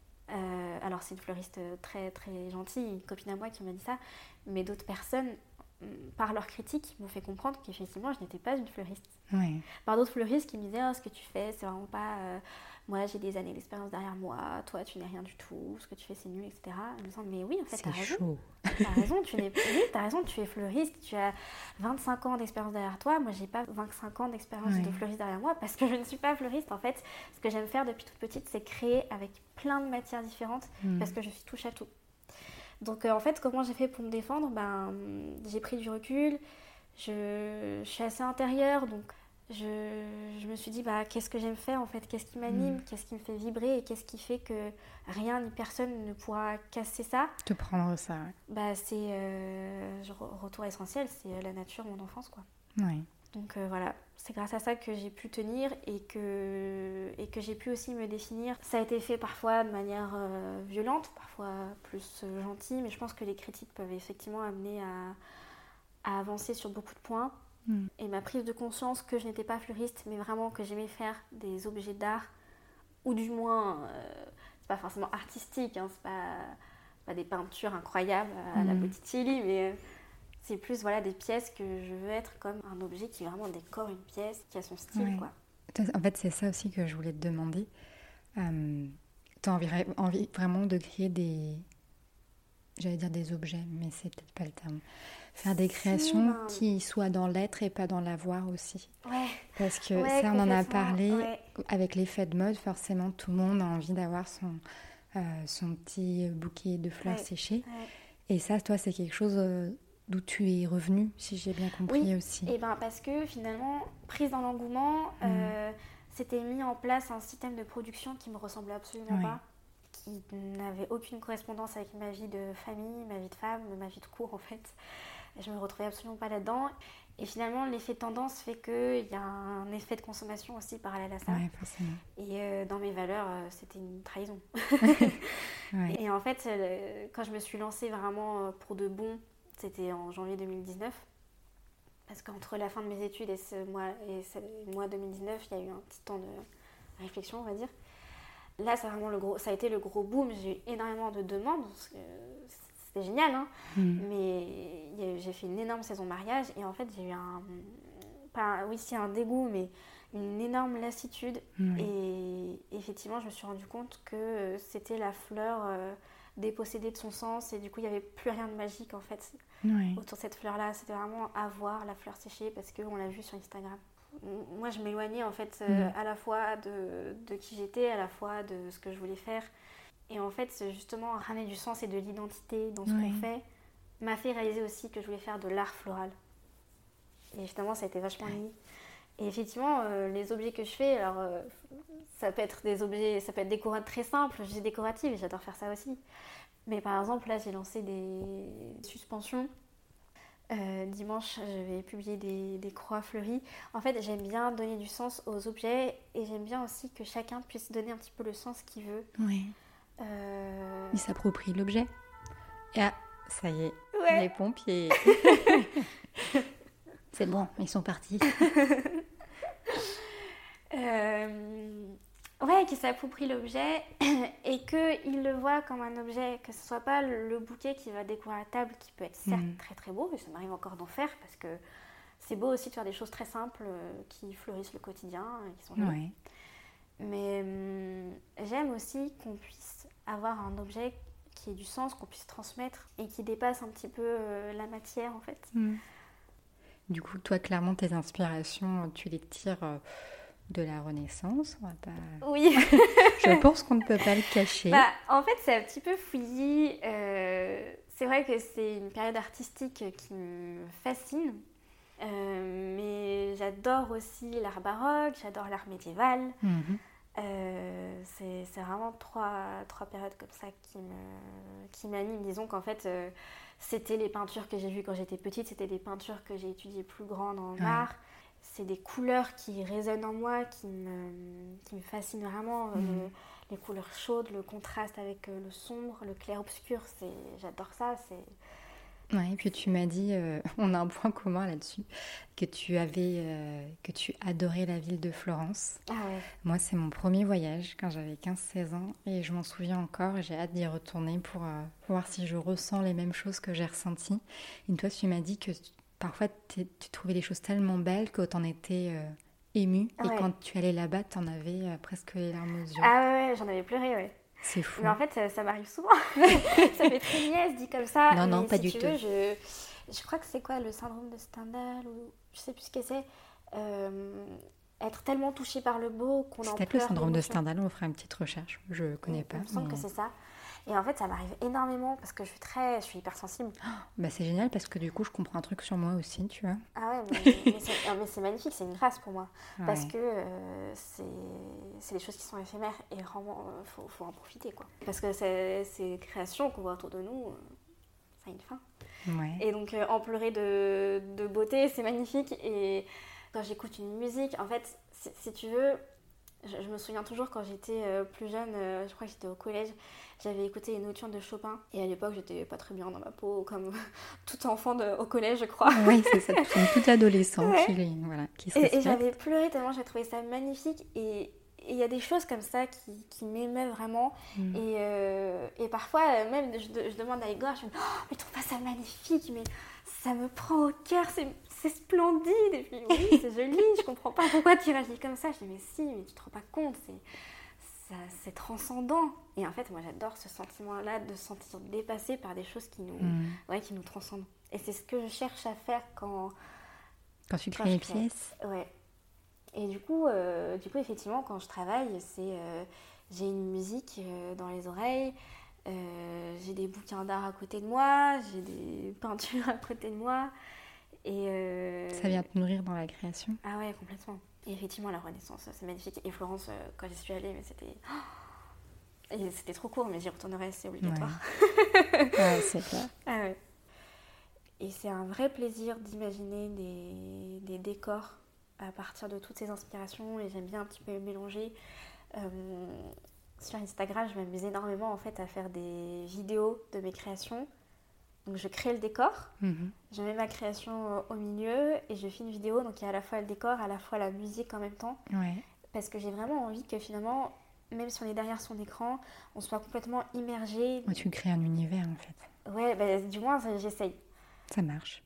Euh, alors, c'est une fleuriste très très gentille, une copine à moi qui m'a dit ça, mais d'autres personnes, par leurs critiques, m'ont fait comprendre qu'effectivement, je n'étais pas une fleuriste. Ouais. Par d'autres fleuristes qui me disaient oh, ce que tu fais, c'est vraiment pas. Euh, moi, j'ai des années d'expérience derrière moi, toi, tu n'es rien du tout, ce que tu fais, c'est nul, et cetera. En me disant mais oui, en fait, C'est t'as raison. chaud. T'as raison, tu n'es oui, t'as raison, tu es fleuriste, tu as vingt-cinq ans d'expérience derrière toi. Moi, j'ai pas vingt-cinq ans d'expérience Ouais. de fleuriste derrière moi parce que je ne suis pas fleuriste. En fait, ce que j'aime faire depuis toute petite, c'est créer avec plein de matières différentes Mm. parce que je suis touche à tout. Donc, euh, en fait, comment j'ai fait pour me défendre? Ben, j'ai pris du recul, je, je suis assez intérieure, donc je, je me suis dit, bah, qu'est-ce que j'aime faire en fait? Qu'est-ce qui m'anime? Mm. Qu'est-ce qui me fait vibrer? Et qu'est-ce qui fait que rien ni personne ne pourra casser ça? Te prendre ça, ouais. Bah, c'est euh, je re- retour essentiel, c'est euh, la nature, mon enfance, quoi. Ouais. Donc euh, voilà, c'est grâce à ça que j'ai pu tenir et que, et que j'ai pu aussi me définir. Ça a été fait parfois de manière euh, violente, parfois plus euh, gentille, mais je pense que les critiques peuvent effectivement amener à, à avancer sur beaucoup de points. Mm. Et ma prise de conscience que je n'étais pas fleuriste, mais vraiment que j'aimais faire des objets d'art, ou du moins, euh, c'est pas forcément artistique, hein, c'est pas, pas des peintures incroyables à la Mm. Botticelli, mais... Euh, c'est plus voilà, des pièces que je veux être comme un objet qui vraiment décore une pièce, qui a son style. Ouais. Quoi. En fait, c'est ça aussi que je voulais te demander. Euh, tu as envie, envie vraiment de créer des... J'allais dire des objets, mais c'est peut-être pas le terme. Faire des créations ben... qui soient dans l'être et pas dans l'avoir aussi. Ouais. Parce que ouais, ça, on en a parlé. Ouais. Avec l'effet de mode, forcément, tout le monde a envie d'avoir son, euh, son petit bouquet de fleurs ouais. séchées. Ouais. Et ça, toi, c'est quelque chose... Euh, d'où tu es revenue, si j'ai bien compris oui. aussi. Et ben parce que finalement, prise dans l'engouement, mmh. euh, c'était mis en place un système de production qui me ressemblait absolument ouais. pas, qui n'avait aucune correspondance avec ma vie de famille, ma vie de femme, ma vie de cours en fait. Je me retrouvais absolument pas là-dedans. Et finalement, l'effet tendance fait qu'il y a un effet de consommation aussi parallèle à ça. Ouais, forcément. Et euh, dans mes valeurs, euh, c'était une trahison. ouais. Et en fait, euh, quand je me suis lancée vraiment euh, pour de bon, c'était en janvier deux mille dix-neuf. Parce qu'entre la fin de mes études et ce mois, et ce mois deux mille dix-neuf, il y a eu un petit temps de réflexion, on va dire. Là, ça a, vraiment le gros, ça a été le gros boom. J'ai eu énormément de demandes. Parce que c'était génial, hein. Mmh. Mais j'ai fait une énorme saison mariage. Et en fait, j'ai eu un... Pas, oui, c'est un dégoût, mais une énorme lassitude. Mmh. Et effectivement, je me suis rendu compte que c'était la fleur... Euh, dépossédée de son sens et du coup il n'y avait plus rien de magique en fait ouais. autour de cette fleur là. C'était vraiment avoir la fleur séchée parce qu'on l'a vu sur Instagram. moi, je m'éloignais en fait euh, Mm. à la fois de, de qui j'étais, à la fois de ce que je voulais faire. Et en fait, c'est justement ramener du sens et de l'identité dans ce Ouais. qu'on fait m'a fait réaliser aussi que je voulais faire de l'art floral. Et finalement, ça a été vachement lié. Et effectivement, euh, les objets que je fais, alors euh, ça peut être des objets, ça peut être décoratif très simple, j'ai décoratif et j'adore faire ça aussi. Mais par exemple, là, j'ai lancé des suspensions. Euh, dimanche, je vais publier des, des croix fleuries. En fait, j'aime bien donner du sens aux objets et j'aime bien aussi que chacun puisse donner un petit peu le sens qu'il veut. Ouais. Euh... Il s'approprie l'objet. Et ah, ça y est, Ouais. les pompiers. C'est bon, ils sont partis. euh... Ouais, qu'il s'approprie l'objet et qu'il le voit comme un objet, que ce soit pas le bouquet qui va décorer la table, qui peut être certes Mm. très très beau, et ça m'arrive encore d'en faire parce que c'est beau aussi de faire des choses très simples euh, qui fleurissent le quotidien et qui sont jolies. Ouais. Mais hum, j'aime aussi qu'on puisse avoir un objet qui ait du sens, qu'on puisse transmettre et qui dépasse un petit peu euh, la matière en fait. Mm. Du coup, toi, clairement, tes inspirations, tu les tires euh, de la Renaissance. On va pas... Oui. Je pense qu'on ne peut pas le cacher. Bah, en fait, c'est un petit peu fouillis. Euh, c'est vrai que c'est une période artistique qui me fascine. Euh, mais j'adore aussi l'art baroque, j'adore l'art médiéval. Mhm. Euh, c'est, c'est vraiment trois, trois périodes comme ça qui, me, qui m'animent. Disons qu'en fait, euh, c'était les peintures que j'ai vues quand j'étais petite, c'était des peintures que j'ai étudiées plus grandes en Ouais. art. C'est des couleurs qui résonnent en moi, qui me, qui me fascinent vraiment. Mhm. Le- les couleurs chaudes, le contraste avec euh, le sombre, le clair-obscur, c'est, j'adore ça. C'est... Ouais, et puis tu m'as dit, euh, on a un point commun là-dessus, que tu avais, euh, que tu adorais la ville de Florence. Ah ouais. Moi, c'est mon premier voyage quand j'avais quinze seize ans et je m'en souviens encore et j'ai hâte d'y retourner pour, euh, pour voir si je ressens les mêmes choses que j'ai ressenties. Et toi, tu m'as dit que tu- parfois t'es- tu trouvais les choses tellement belles que t'en étais euh, émue et Ouais. quand tu allais là-bas, t'en avais euh, presque les larmes aux yeux. Ah ouais, ouais, j'en avais pleuré, ouais. C'est fou. Mais en fait, ça, ça m'arrive souvent. Ça fait très niaise dit comme ça. Non, non, mais pas si du tu tout. veux, je, je crois que c'est quoi le syndrome de Stendhal ou je sais plus ce que c'est. Euh, être tellement touché par le beau qu'on C'est en peut-être le pleure syndrome de l'émotion. Stendhal, on fera une petite recherche. Je connais pas. Il me semble mais- que c'est ça. Et en fait, ça m'arrive énormément parce que je suis très, je suis hypersensible. Bah, c'est génial parce que du coup, je comprends un truc sur moi aussi, tu vois. Ah ouais, mais, mais c'est, ah, mais c'est magnifique, c'est une grâce pour moi. Parce Ouais. que euh, c'est, c'est des choses qui sont éphémères et vraiment, euh, faut, faut en profiter, quoi. Parce que c'est, ces créations qu'on voit autour de nous, euh, ça a une fin. Ouais. Et donc, euh, en pleurer de, de beauté, c'est magnifique. Et quand j'écoute une musique, en fait, si, si tu veux, je, je me souviens toujours quand j'étais euh, plus jeune, euh, je crois que j'étais au collège, j'avais écouté une nocturne de Chopin. Et à l'époque, j'étais pas très bien dans ma peau, comme tout enfant de, au collège, je crois. Oui, c'est ça, comme tout adolescent Ouais. qui, voilà, qui se Et, et respecte. j'avais pleuré tellement j'ai trouvé ça magnifique. Et il y a des choses comme ça qui, qui m'émeuvent vraiment. Mm. Et, euh, et parfois, euh, même, je, je demande à Igor, je me dis, oh, mais tu trouves pas ça magnifique? Mais ça me prend au cœur, c'est, c'est splendide. Et puis, oui, c'est joli, je comprends pas pourquoi tu réagis comme ça. Je dis, mais si, mais tu te rends pas compte, c'est, ça, c'est transcendant. Et en fait, moi, j'adore ce sentiment-là de se sentir dépassé par des choses qui nous, Mm. ouais, qui nous transcendent. Et c'est ce que je cherche à faire quand... Quand tu Quand crées je une crée. pièce, Ouais. Et du coup, euh, du coup, effectivement, quand je travaille, c'est, euh, j'ai une musique euh, dans les oreilles, euh, j'ai des bouquins d'art à côté de moi, j'ai des peintures à côté de moi. Et euh, ça vient te nourrir dans la création. Ah ouais, complètement. Et effectivement, la Renaissance, c'est magnifique. Et Florence, euh, quand j'y suis allée, mais c'était... Oh, et c'était trop court, mais j'y retournerai, c'est obligatoire. Ouais, c'est clair. Ah ouais. Et c'est un vrai plaisir d'imaginer des, des décors à partir de toutes ces inspirations. Et j'aime bien un petit peu mélanger. Euh, sur Instagram, je m'amuse énormément en fait à faire des vidéos de mes créations. Donc je crée le décor, Mhm. je mets ma création au milieu et je fais une vidéo. Donc il y a à la fois le décor, à la fois la musique en même temps. Ouais. Parce que j'ai vraiment envie que finalement, même si on est derrière son écran, on soit complètement immergé. Moi, tu crées un univers en fait. Ouais, bah, du moins ça, j'essaye. Ça marche.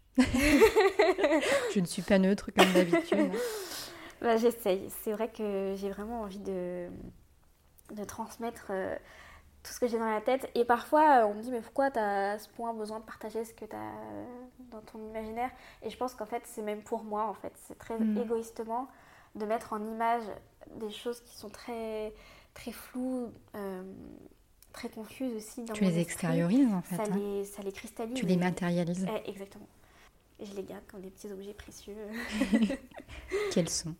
Je ne suis pas neutre comme d'habitude. hein. Bah, j'essaye. C'est vrai que j'ai vraiment envie de, de transmettre euh, tout ce que j'ai dans la tête. Et parfois, on me dit, mais pourquoi tu as à ce point besoin de partager ce que tu as dans ton imaginaire? Et je pense qu'en fait, c'est même pour moi, en fait. C'est très Mm. égoïstement. de mettre en image des choses qui sont très, très floues, euh, très confuses aussi dans tu mon les esprit. extériorises en fait. Ça, hein. les, ça les cristallise. Tu les matérialises. Et, exactement. Et je les garde comme des petits objets précieux. Quels sont?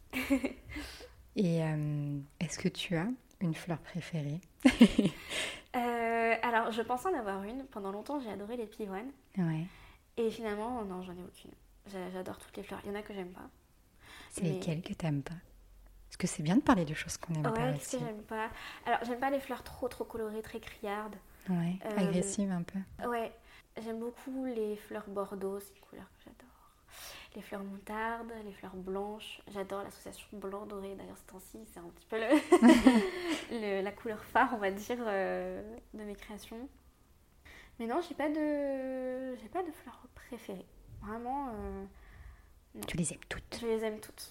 Et euh, est-ce que tu as une fleur préférée? euh, Alors, je pense en avoir une. Pendant longtemps, j'ai adoré les pivoines. Ouais. Et finalement, non, j'en ai aucune. J'adore toutes les fleurs. Il y en a que j'aime pas. C'est mais... lesquelles que t'aimes pas? Parce que c'est bien de parler de choses qu'on aime ouais, pas aussi. aussi. Ouais, que j'aime pas. Alors, j'aime pas les fleurs trop, trop colorées, très criardes. Ouais, Euh, agressives un peu. Ouais, j'aime beaucoup les fleurs bordeaux, c'est une couleur que j'adore. Les fleurs moutarde, les fleurs blanches. J'adore l'association blanc-doré. D'ailleurs, ce temps-ci, c'est un petit peu le... le, la couleur phare, on va dire, euh, de mes créations. Mais non, j'ai pas de, j'ai pas de fleurs préférées. Vraiment, euh, non. Tu les aimes toutes? Je les aime toutes.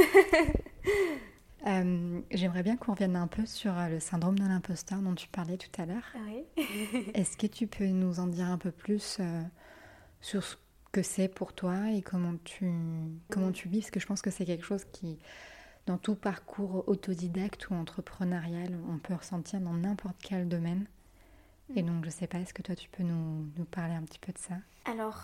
euh, J'aimerais bien qu'on revienne un peu sur le syndrome de l'imposteur dont tu parlais tout à l'heure. Oui. Est-ce que tu peux nous en dire un peu plus euh, sur ce que c'est pour toi et comment tu, comment tu vis? Parce que je pense que c'est quelque chose qui, dans tout parcours autodidacte ou entrepreneurial, on peut ressentir dans n'importe quel domaine. Et donc, je sais pas, est-ce que toi, tu peux nous, nous parler un petit peu de ça? Alors,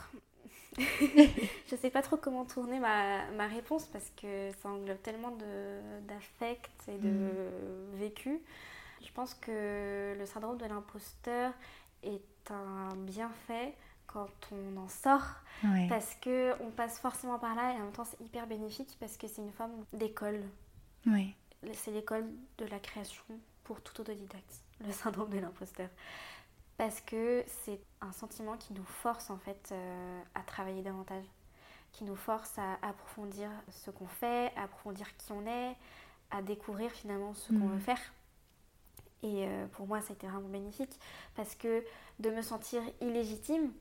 je sais pas trop comment tourner ma, ma réponse parce que ça englobe tellement de, d'affect et de mmh. vécu. Je pense que le syndrome de l'imposteur est un bienfait quand on en sort, ouais. parce qu'on passe forcément par là et en même temps, c'est hyper bénéfique parce que c'est une forme d'école. Ouais. C'est l'école de la création pour tout autodidacte, le syndrome de l'imposteur. Parce que c'est un sentiment qui nous force en fait euh, à travailler davantage, qui nous force à approfondir ce qu'on fait, à approfondir qui on est, à découvrir finalement ce mmh. qu'on veut faire. Et euh, pour moi, ça a été vraiment bénéfique parce que de me sentir illégitime,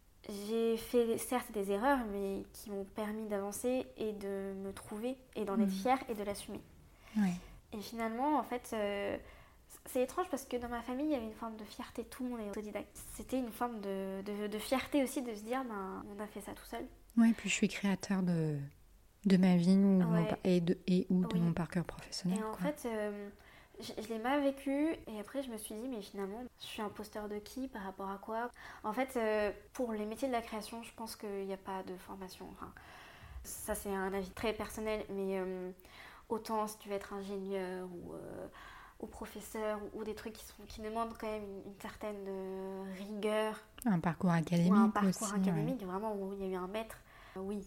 j'ai fait certes des erreurs, mais qui m'ont permis d'avancer et de me trouver et d'en mmh. être fière et de l'assumer. Ouais. Et finalement, en fait... Euh, c'est étrange parce que dans ma famille, il y avait une forme de fierté. Tout le monde est autodidacte. C'était une forme de, de, de fierté aussi de se dire, ben, on a fait ça tout seul. Oui, puis je suis créateur de, de ma vie ou ouais. mon, et, de, et ou de oui. mon parcours professionnel. Et en quoi. fait, euh, je, je l'ai mal vécu. Et après, je me suis dit, mais finalement, je suis imposteur de qui? Par rapport à quoi? En fait, euh, pour les métiers de la création, je pense qu'il n'y a pas de formation. Enfin, ça, c'est un avis très personnel. Mais euh, autant si tu veux être ingénieur ou... Euh, ou professeurs ou, ou des trucs qui, sont, qui demandent quand même une, une certaine euh, rigueur. Un parcours académique ou un parcours aussi, académique, ouais. vraiment où il y a eu un maître, euh, oui.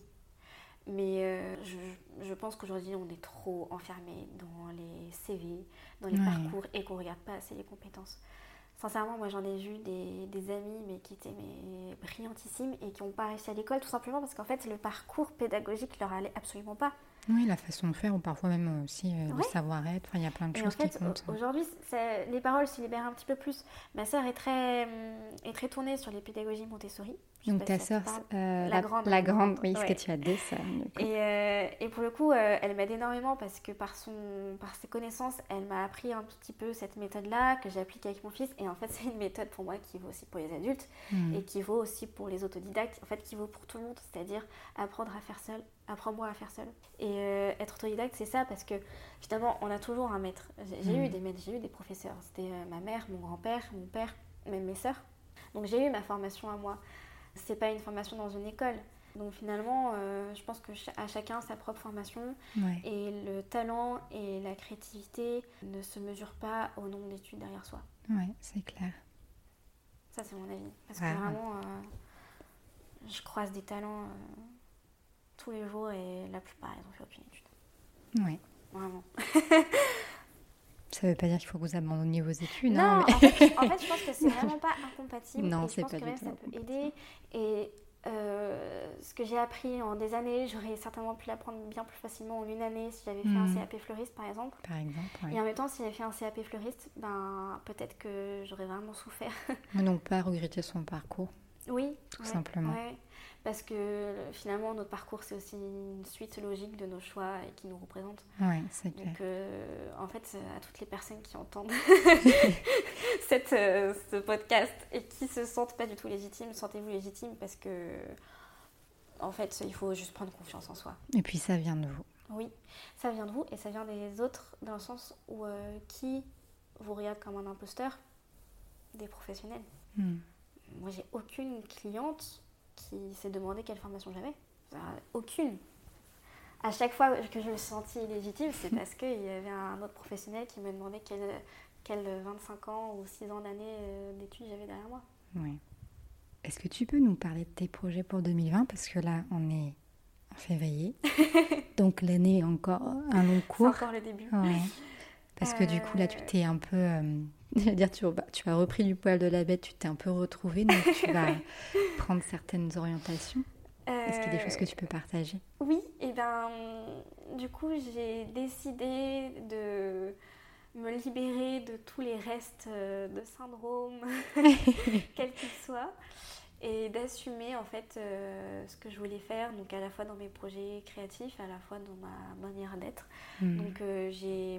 Mais euh, je, je pense qu'aujourd'hui, on est trop enfermé dans les C V, dans les ouais. parcours et qu'on ne regarde pas assez les compétences. Sincèrement, moi j'en ai vu des, des amis mais qui étaient mais, brillantissimes et qui n'ont pas réussi à l'école tout simplement parce qu'en fait le parcours pédagogique leur allait absolument pas. Oui, la façon de faire ou parfois même aussi euh, ouais. le savoir-être, enfin il y a plein de et choses en fait, qui comptent. Aujourd'hui, c'est, les paroles se libèrent un petit peu plus. Ma sœur est très, est très tournée sur les pédagogies Montessori. Donc ta sœur, euh, la, la grande, la grande, oui, parce ouais. que tu as deux sœurs. Et, euh, et pour le coup, euh, elle m'aide énormément parce que par, son, par ses connaissances, elle m'a appris un petit peu cette méthode-là que j'applique avec mon fils. Et en fait, c'est une méthode pour moi qui vaut aussi pour les adultes mmh. et qui vaut aussi pour les autodidactes, en fait, qui vaut pour tout le monde, c'est-à-dire apprendre à faire seul, apprends-moi à faire seul. Et euh, être autodidacte, c'est ça parce que finalement, on a toujours un maître. J'ai, j'ai mmh. eu des maîtres, j'ai eu des professeurs. C'était euh, ma mère, mon grand-père, mon père, même mes sœurs. Donc j'ai eu ma formation à moi. C'est pas une formation dans une école. Donc finalement, euh, je pense que ch- à chacun sa propre formation. Ouais. Et le talent et la créativité ne se mesurent pas au nombre d'études derrière soi. Oui, c'est clair. Ça, c'est mon avis. Parce ouais. que vraiment, euh, je croise des talents euh, tous les jours et la plupart, ils n'ont fait aucune étude. Oui. Vraiment. Ça ne veut pas dire qu'il faut que vous abandonniez vos études. Non, hein, mais... en, fait, en fait, je pense que c'est vraiment pas incompatible. Non, et c'est je pense pas que du même tout. Ça peut aider. Et euh, ce que j'ai appris en des années, j'aurais certainement pu l'apprendre bien plus facilement en une année si j'avais fait mmh. un C A P fleuriste, par exemple. Par exemple, ouais. Et en même temps, si j'avais fait un C A P fleuriste, ben, peut-être que j'aurais vraiment souffert. Donc, pas regretter son parcours. Oui. Tout ouais, simplement. Ouais. Parce que finalement, notre parcours, c'est aussi une suite logique de nos choix et qui nous représente. Oui, c'est clair. Donc, euh, en fait, à toutes les personnes qui entendent cette, euh, ce podcast et qui se sentent pas du tout légitimes, sentez-vous légitimes parce que, en fait, il faut juste prendre confiance en soi. Et puis, ça vient de vous. Oui, ça vient de vous et ça vient des autres dans le sens où euh, qui vous regarde comme un imposteur? Des professionnels. Mm. Moi, j'ai aucune cliente qui s'est demandé quelle formation j'avais. Enfin, aucune. À chaque fois que je me suis sentie illégitime, c'est parce qu'il y avait un autre professionnel qui me demandait quel, quel vingt-cinq ans ou six ans d'années d'études j'avais derrière moi. Oui. Est-ce que tu peux nous parler de tes projets pour deux mille vingt? Parce que là, on est en février. Donc l'année est encore un long cours. C'est encore le début. Ouais. Parce que euh... du coup, là, tu t'es un peu... Euh, je veux dire, tu, tu as repris du poil de la bête, tu t'es un peu retrouvée, donc tu vas prendre certaines orientations. Euh... Est-ce qu'il y a des choses que tu peux partager? Oui, et bien, du coup, j'ai décidé de me libérer de tous les restes de syndrome, quels qu'ils soient, et d'assumer en fait euh, ce que je voulais faire, donc à la fois dans mes projets créatifs, à la fois dans ma manière d'être. Mmh. Donc euh, j'ai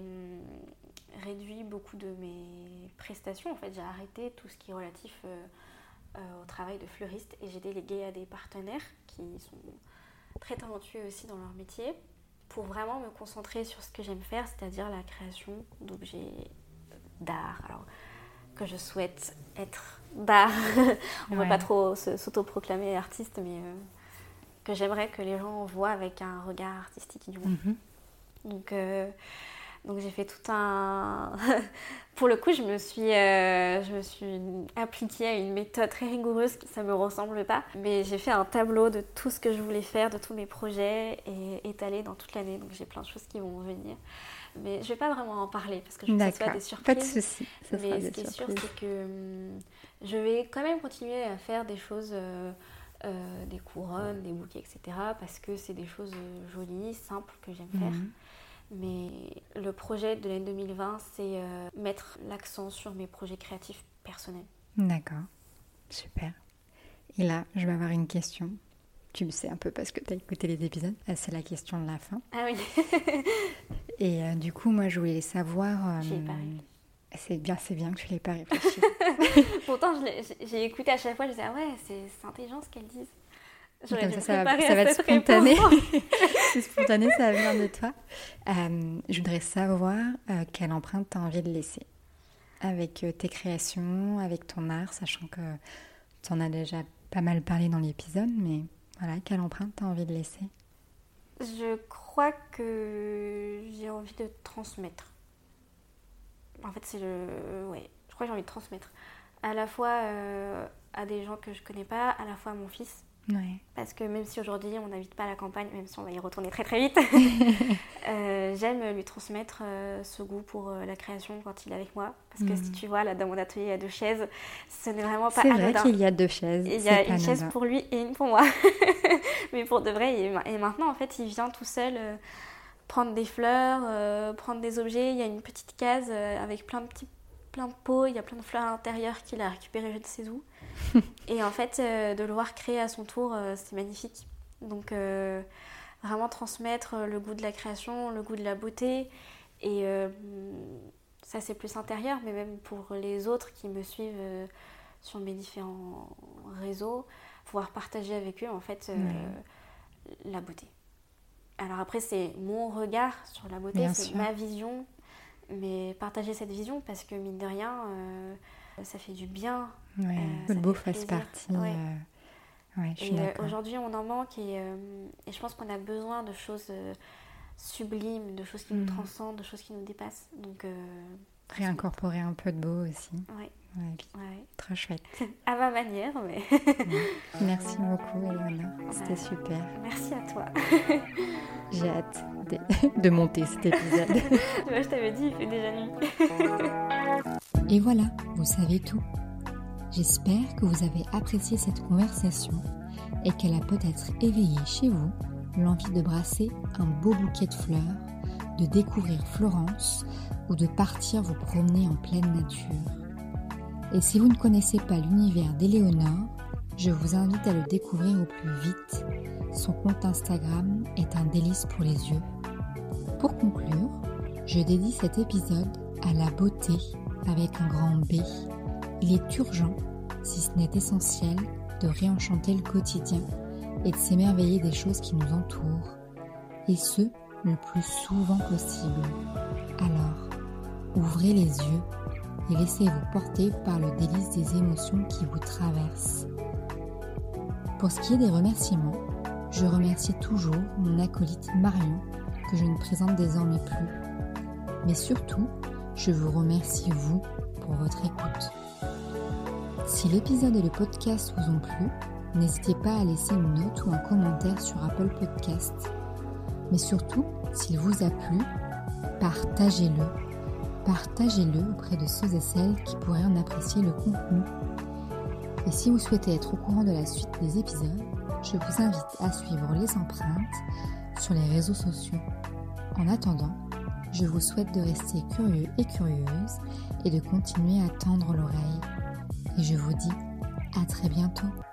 réduit beaucoup de mes prestations, en fait j'ai arrêté tout ce qui est relatif euh, euh, au travail de fleuriste et j'ai délégué à des partenaires qui sont très talentueux aussi dans leur métier pour vraiment me concentrer sur ce que j'aime faire, c'est-à-dire la création d'objets d'art. Alors, que je souhaite être d'art. On ne ouais. va pas trop s'autoproclamer artiste, mais euh, que j'aimerais que les gens voient avec un regard artistique du monde. Mm-hmm. Donc, euh, donc j'ai fait tout un... Pour le coup, je me suis, euh, je me suis appliquée à une méthode très rigoureuse, ça ne me ressemble pas. Mais j'ai fait un tableau de tout ce que je voulais faire, de tous mes projets, et étalé dans toute l'année. Donc j'ai plein de choses qui vont venir. Mais je ne vais pas vraiment en parler parce que je veux que ce soit des surprises. Pas de souci. Ça Mais ce qui est sûr, c'est que hum, je vais quand même continuer à faire des choses, euh, euh, des couronnes, des bouquets, et cetera. Parce que c'est des choses jolies, simples que j'aime mmh. faire. Mais le projet de l'année deux mille vingt, c'est euh, mettre l'accent sur mes projets créatifs personnels. D'accord, super. Et là, je vais avoir une question. Tu le sais un peu parce que tu as écouté les épisodes. C'est la question de la fin. Ah oui. Et euh, du coup, moi, je voulais savoir... Euh, J'y ai pas réfléchi. C'est bien, c'est bien que tu l'aies pas réfléchi. Pourtant, je l'ai, j'ai écouté à chaque fois, je disais, ah ouais, c'est, c'est intelligent ce qu'elle dise. J'aurais dû me préparer ça va, ça va être spontané. C'est spontané, ça vient de toi. Euh, je voudrais savoir euh, quelle empreinte tu as envie de laisser avec euh, tes créations, avec ton art, sachant que tu en as déjà pas mal parlé dans l'épisode, mais voilà, quelle empreinte tu as envie de laisser? Je crois que j'ai envie de transmettre. En fait, c'est le... Ouais, je crois que j'ai envie de transmettre. À la fois euh, à des gens que je connais pas, à la fois à mon fils. Ouais. Parce que même si aujourd'hui on n'habite pas à la campagne, même si on va y retourner très très vite, euh, j'aime lui transmettre euh, ce goût pour euh, la création quand il est avec moi. Parce que mmh. si tu vois, là dans mon atelier il y a deux chaises, ce n'est vraiment pas c'est anodin. C'est vrai qu'il y a deux chaises. Il y a une chaise pour lui et une pour moi. Mais pour de vrai, et maintenant en fait il vient tout seul euh, prendre des fleurs, euh, prendre des objets. Il y a une petite case euh, avec plein de petits plein de pots, il y a plein de fleurs à l'intérieur qu'il a récupérées je ne sais où. Et en fait, euh, de le voir créer à son tour, euh, c'est magnifique. Donc, euh, vraiment transmettre le goût de la création, le goût de la beauté. Et euh, ça, c'est plus intérieur, mais même pour les autres qui me suivent euh, sur mes différents réseaux, pouvoir partager avec eux, en fait, euh, oui. la beauté. Alors après, c'est mon regard sur la beauté, Bien c'est sûr. ma vision. Mais partager cette vision parce que mine de rien euh, ça fait du bien. Ouais, euh, le beau fasse partie. Ouais. Euh... Ouais, je suis et d'accord. Euh, aujourd'hui on en manque et, euh, et je pense qu'on a besoin de choses euh, sublimes, de choses qui mmh. nous transcendent, de choses qui nous dépassent. Donc euh, réincorporer un peu de beau aussi. Ouais. Ouais, ouais. Trop chouette. À ma manière, mais. Ouais. Merci beaucoup, Eleonore. C'était super. Merci à toi. J'ai hâte de, de monter cet épisode. Moi, je t'avais dit, il fait déjà nuit. Et voilà, vous savez tout. J'espère que vous avez apprécié cette conversation et qu'elle a peut-être éveillé chez vous l'envie de brasser un beau bouquet de fleurs, de découvrir Florence ou de partir vous promener en pleine nature. Et si vous ne connaissez pas l'univers d'Éléonore, je vous invite à le découvrir au plus vite. Son compte Instagram est un délice pour les yeux. Pour conclure, je dédie cet épisode à la beauté avec un grand B. Il est urgent, si ce n'est essentiel, de réenchanter le quotidien et de s'émerveiller des choses qui nous entourent. Et ce, le plus souvent possible. Alors, ouvrez les yeux et laissez-vous porter par le délice des émotions qui vous traversent. Pour ce qui est des remerciements, je remercie toujours mon acolyte Marion, que je ne présente désormais plus. Mais surtout, je vous remercie vous pour votre écoute. Si l'épisode et le podcast vous ont plu, n'hésitez pas à laisser une note ou un commentaire sur Apple Podcasts. Mais surtout, s'il vous a plu, partagez-le. Partagez-le auprès de ceux et celles qui pourraient en apprécier le contenu. Et si vous souhaitez être au courant de la suite des épisodes, je vous invite à suivre les empreintes sur les réseaux sociaux. En attendant, je vous souhaite de rester curieux et curieuse et de continuer à tendre l'oreille. Et je vous dis à très bientôt.